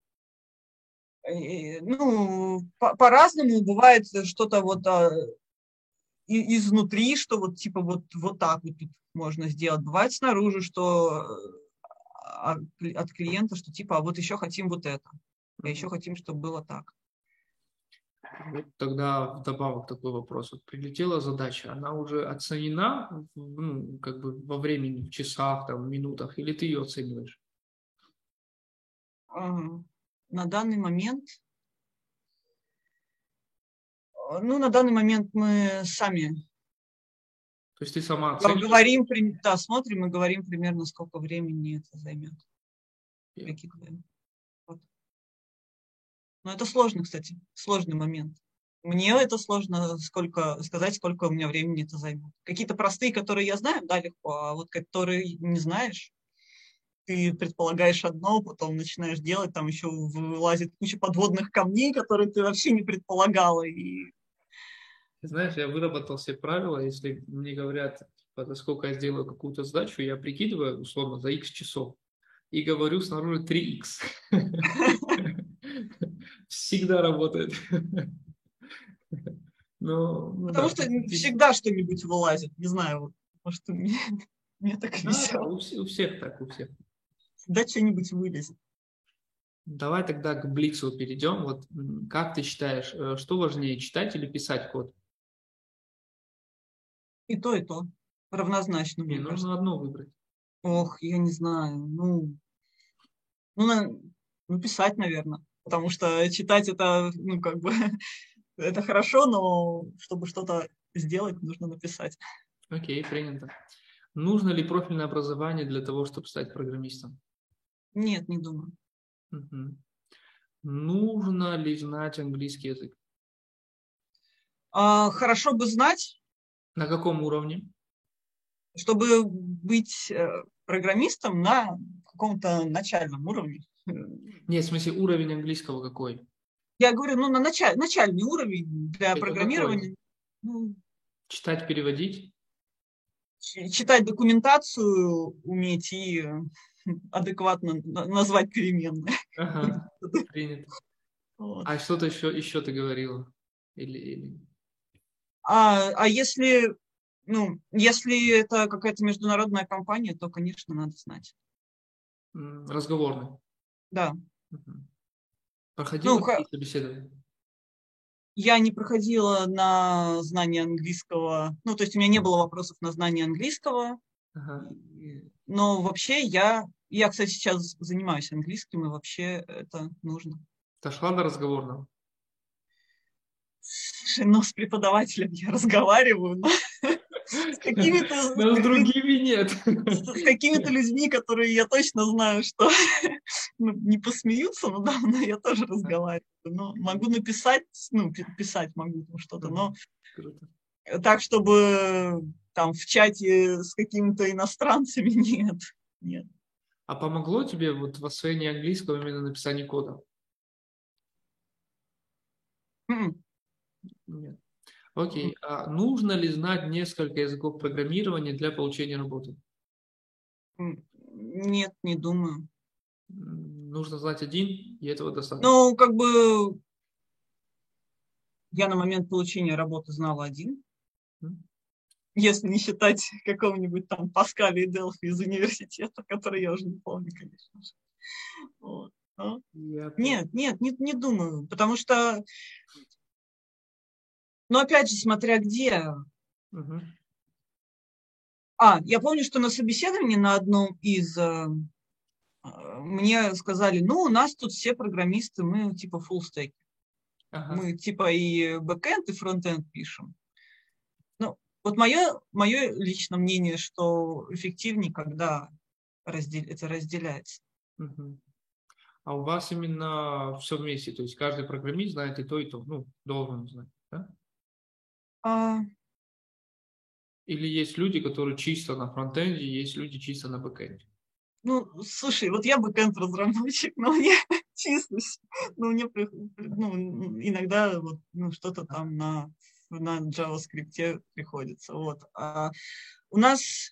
Э, Ну, по- по-разному бывает что-то вот а, и- изнутри, что вот типа вот, вот так вот тут можно сделать. Бывает снаружи, что а, кли- от клиента, что типа, а вот еще хотим вот это, а еще хотим, чтобы было так. Вот тогда вдобавок такой вопрос. Вот прилетела задача, она уже оценена в- ну, как бы во времени, в часах, там, в минутах, или ты ее оцениваешь? Ага. На данный момент, э, ну, на данный момент мы сами То есть ты сама г- оцениваешь? говорим, при- да, смотрим и говорим примерно, сколько времени это займет. Я- Какие-то, вот. Но это сложно, кстати, сложный момент. Мне это сложно сколько, сказать, сколько у меня времени это займет. Какие-то простые, которые я знаю, да, легко, а вот которые не знаешь, ты предполагаешь одно, потом начинаешь делать, там еще вылазит куча подводных камней, которые ты вообще не предполагала. И... Ты знаешь, я выработал себе правила, если мне говорят, типа, за сколько я сделаю какую-то задачу, я прикидываю, условно, за x часов и говорю снаружи три икс. Всегда работает. Ну, ну Потому да, что поступить. всегда что-нибудь вылазит, не знаю, вот, может, мне, мне так Да, да, весело. у, вс- у всех так, у всех. Всегда что-нибудь вылезет. Давай тогда к Блицу перейдем. Вот м, как ты считаешь, э, что важнее, читать или писать код? И то, и то. Равнозначно, Не, мне кажется. нужно одно выбрать. Ох, я не знаю. Ну, ну, на- ну писать, наверное. Потому что читать это, ну, как бы, это хорошо, но чтобы что-то сделать, нужно написать. Окей, принято. Нужно ли профильное образование для того, чтобы стать программистом? Нет, не думаю. Мгм. Нужно ли знать английский язык? А, хорошо бы знать, На каком уровне? чтобы быть э, программистом на каком-то начальном уровне. Нет, в смысле, уровень английского какой? Я говорю, ну, на началь, начальный уровень для Это какой? программирования. Ну, Читать, переводить? ч- читать документацию уметь и э, адекватно на- назвать переменные. Ага, принято. Вот. А что-то еще, еще ты говорила? Или, или... А, а если, ну, если это какая-то международная компания, то, конечно, надо знать. м, разговорный? Да. Мгм. Ну, Проходила ха- какие собеседования? я не проходила на знание английского, ну, то есть у меня не было вопросов на знание английского, Ага. но вообще я, я, кстати, сейчас занимаюсь английским, и вообще это нужно. Дошла до разговорного? Слушай, ну, с преподавателем я разговариваю, но с какими-то Но с другими нет. с какими-то людьми, которые я точно знаю, что ну, не посмеются надо мной, я тоже разговариваю. Но могу написать, ну, писать могу там что-то, но Мгм. Круто. так, чтобы там в чате с какими-то иностранцами, нет, нет. А помогло тебе вот в освоении английского именно написание кода? М, Нет. м, Окей. А нужно ли знать несколько языков программирования для получения работы? м. Нет, не думаю. М, Нужно знать один, и этого достаточно. Ну, как бы я на момент получения работы знала один, М? если не считать какого-нибудь там Паскаля и Делфи из университета, который я уже не помню, конечно же. Вот. Но Я понял. нет, нет, не, не думаю, потому что, ну, опять же, смотря где. Мгм. А, я помню, что на собеседовании на одном из э, э, мне сказали, ну, у нас тут все программисты, мы типа full stack. Ага. Мы типа и бэкэнд, и фронтенд пишем. Ну, вот мое, мое личное мнение, что эффективнее, когда раздел, это разделяется. Угу. А у вас именно все вместе, то есть каждый программист знает и то, и то, ну, должен знать, да? А, Или есть люди, которые чисто на фронтенде, есть люди чисто на бэкенде? ну, слушай, вот я бэкэнд-разработчик, но мне чисто, ну, мне при- ну, иногда вот, ну, что-то там на, на JavaScript приходится. Вот. А у нас,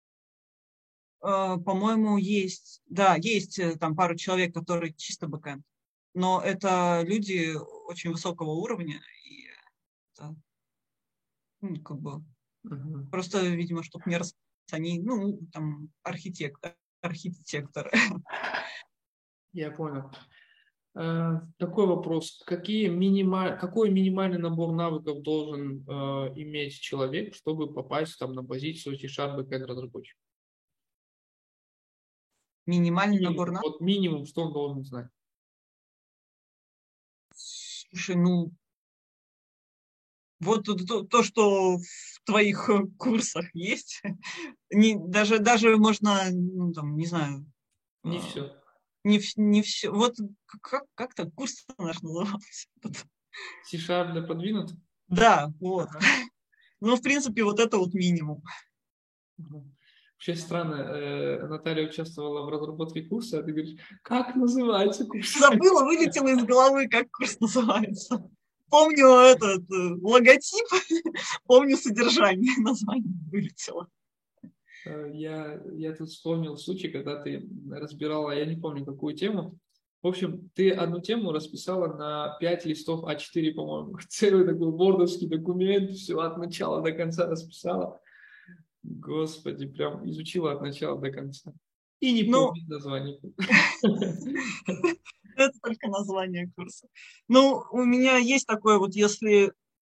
а, по-моему, есть, да, есть э, там пару человек, которые чисто бэкэнд, но это люди очень высокого уровня, и это, ну, как бы, Угу. просто, видимо, чтобы не распаться, они, ну, там, архитектор, архитекторы. Я понял. Э, Такой вопрос. Какие минималь... Какой минимальный набор навыков должен э, иметь человек, чтобы попасть там, на позицию C-Sharp backend разработчик? Минимальный Минимум. набор навыков. Вот минимум, что он должен знать? Слушай, ну, вот то, то- то, что в твоих э, курсах есть, не, даже, даже можно, ну, там, не знаю, э, Не все. не, вс- не все. Вот как, как-то курс наш назывался. C-Sharp для продвинутых? Да, вот. Ага. Ну, в принципе, вот это вот минимум. Мгм. Вообще странно, э, Наталья участвовала в разработке курса, а ты говоришь, как называется курс? Забыла, вылетела из головы, как курс называется. Помню этот э, логотип, помню содержание, название вылетело. Э, Я, я тут вспомнил случай, когда ты разбирала, я не помню, какую тему. В общем, ты одну тему расписала на пять листов а четыре, по-моему. Целый такой вордовский документ, все от начала до конца расписала. Господи, прям изучила от начала до конца. И не Ну, помнит название. это только название курса. Ну, у меня есть такое вот, если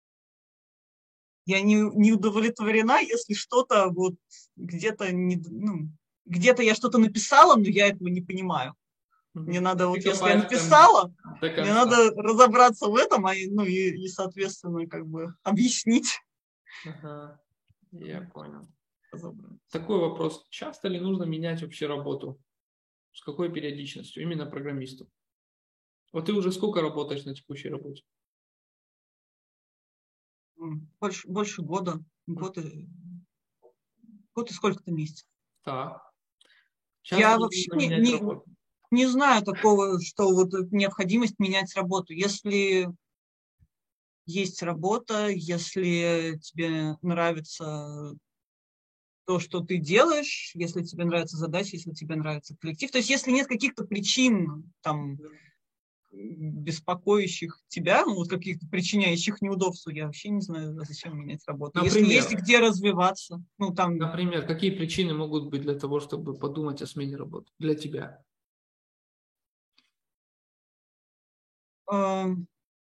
я не, не удовлетворена, если что-то вот где-то не, ну, где-то я что-то написала, но я этого не понимаю. Мне Мгм. надо Ты вот, если я копаешь прям написала, до мне конца. надо разобраться в этом, а, и- ну и, и, соответственно, как бы объяснить. Ага, я понял. Разобраться. Такой вопрос. Часто ли нужно менять вообще работу? С какой периодичностью? Именно программисту. Вот ты уже сколько работаешь на текущей работе? М, Больше, больше года, М, год и, год и сколько-то месяцев. Так. Часто Я ли вообще нужно не, менять не, работу? не знаю такого, что вот необходимость менять работу. Если есть работа, если тебе нравится то, что ты делаешь, если тебе нравится задача, если тебе нравится коллектив. То есть если нет каких-то причин, там, беспокоящих тебя, ну, вот каких-то причиняющих неудобств, я вообще не знаю, зачем менять работу. Если есть Например, где развиваться, ну, там, например, какие причины могут быть для того, чтобы подумать о смене работы для тебя? э,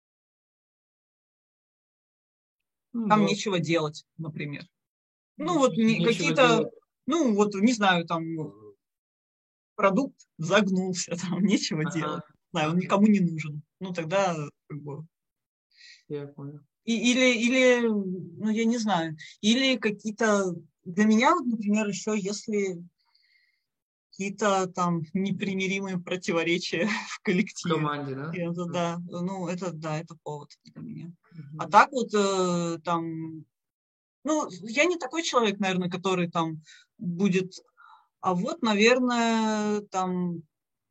Ну, там бывает, нечего делать, например. ну, Ну, в вот смысле, не, нечего какие-то, делать. ну, вот, не знаю, там, продукт загнулся, там, нечего делать. Ага, Не знаю, он ага, никому не нужен. Ну, тогда, как бы, я понял. И, или, или, ну, я не знаю, или какие-то, для меня, вот, например, еще если какие-то там непримиримые противоречия в В коллективе. команде, И да? это, да, ну, это, да, это повод для меня. А Мгм. так вот э, там, ну, я не такой человек, наверное, который там будет, а вот, наверное, там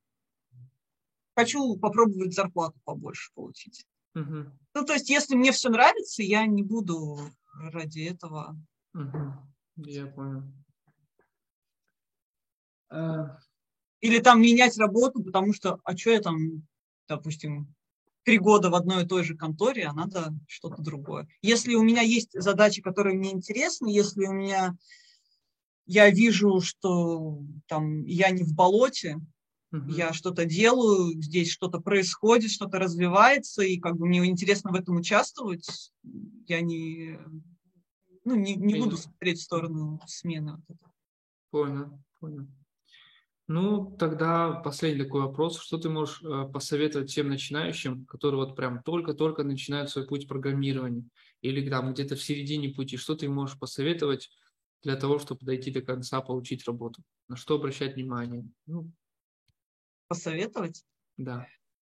хочу попробовать зарплату побольше получить. Мгм. Ну, то есть, если мне все нравится, я не буду ради этого. Мгм. Я понял. А, Или там менять работу, потому что, а что я там, допустим, три года в одной и той же конторе, а надо что-то другое. Если у меня есть задачи, которые мне интересны, если у меня, я вижу, что там я не в болоте, мгм. я что-то делаю, здесь что-то происходит, что-то развивается, и как бы мне интересно в этом участвовать, я не, ну, не, не буду Понял. смотреть в сторону смены. Понял, понял. Ну, тогда последний такой вопрос. Что ты можешь э, посоветовать тем начинающим, которые вот прям только-только начинают свой путь программирования или там где-то в середине пути? Что ты можешь посоветовать для того, чтобы дойти до конца, получить работу? На что обращать внимание? Ну, Посоветовать? да.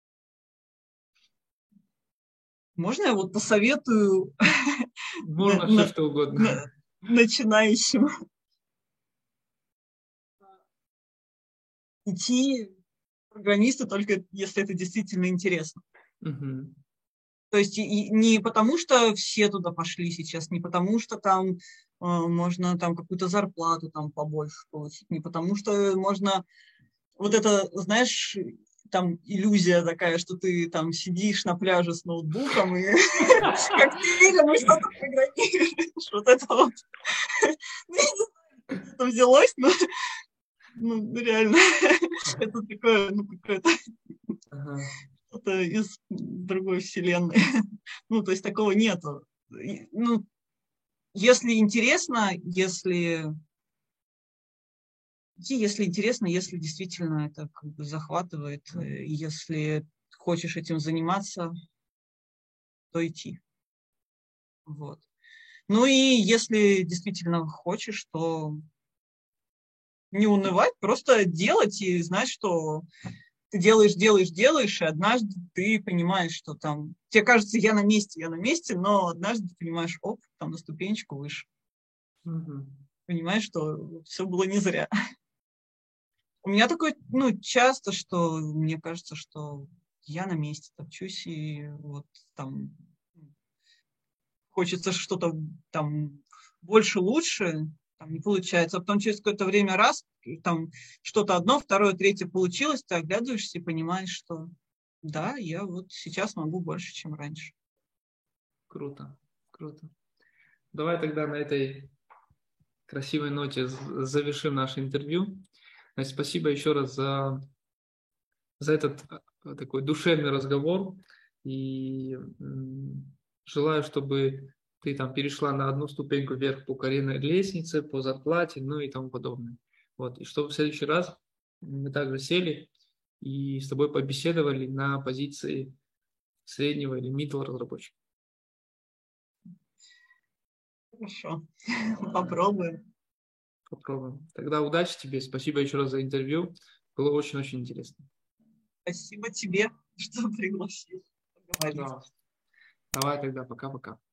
Можно я вот посоветую на- Можно все, на- что угодно. на- начинающим идти в программисты только если это действительно интересно. Мгм. То есть и- и не потому, что все туда пошли сейчас, не потому, что там э, можно там какую-то зарплату там побольше получить, не потому, что можно вот это, знаешь, там иллюзия такая, что ты там сидишь на пляже с ноутбуком и с коктейлем и что-то программируешь. Вот это вот. Ну, я не знаю, где это взялось, но ну, реально это такое, ну, какое-то Ага. что-то из другой вселенной. Ну, то есть такого нету. И, ну, если интересно, если идти, если интересно, если действительно это как бы захватывает, э, и если хочешь этим заниматься, то идти. Вот. Ну и если действительно хочешь, то не унывать, просто делать и знать, что ты делаешь, делаешь, делаешь, и однажды ты понимаешь, что там... Тебе кажется, я на месте, я на месте, но однажды ты понимаешь, оп, там на ступенечку выше. Мгм. Понимаешь, что все было не зря. У меня такое, ну, часто, что мне кажется, что я на месте топчусь, и вот там хочется что-то там больше, лучше, там не получается. А потом через какое-то время раз, и там что-то одно, второе, третье получилось, ты оглядываешься и понимаешь, что да, я вот сейчас могу больше, чем раньше. Круто, круто. Давай тогда на этой красивой ноте з- завершим наше интервью. Значит, спасибо еще раз за, за этот э, такой душевный разговор. И м, желаю, чтобы ты там перешла на одну ступеньку вверх по карьерной лестнице, по зарплате, ну и тому подобное. Вот. И чтобы в следующий раз мы также сели и с тобой побеседовали на позиции среднего или middle разработчика. Хорошо, попробуем. Попробуем. Тогда удачи тебе. Спасибо еще раз за интервью. Было очень-очень интересно. Спасибо тебе, что пригласил поговорить. Пожалуйста. Давай тогда. Пока-пока.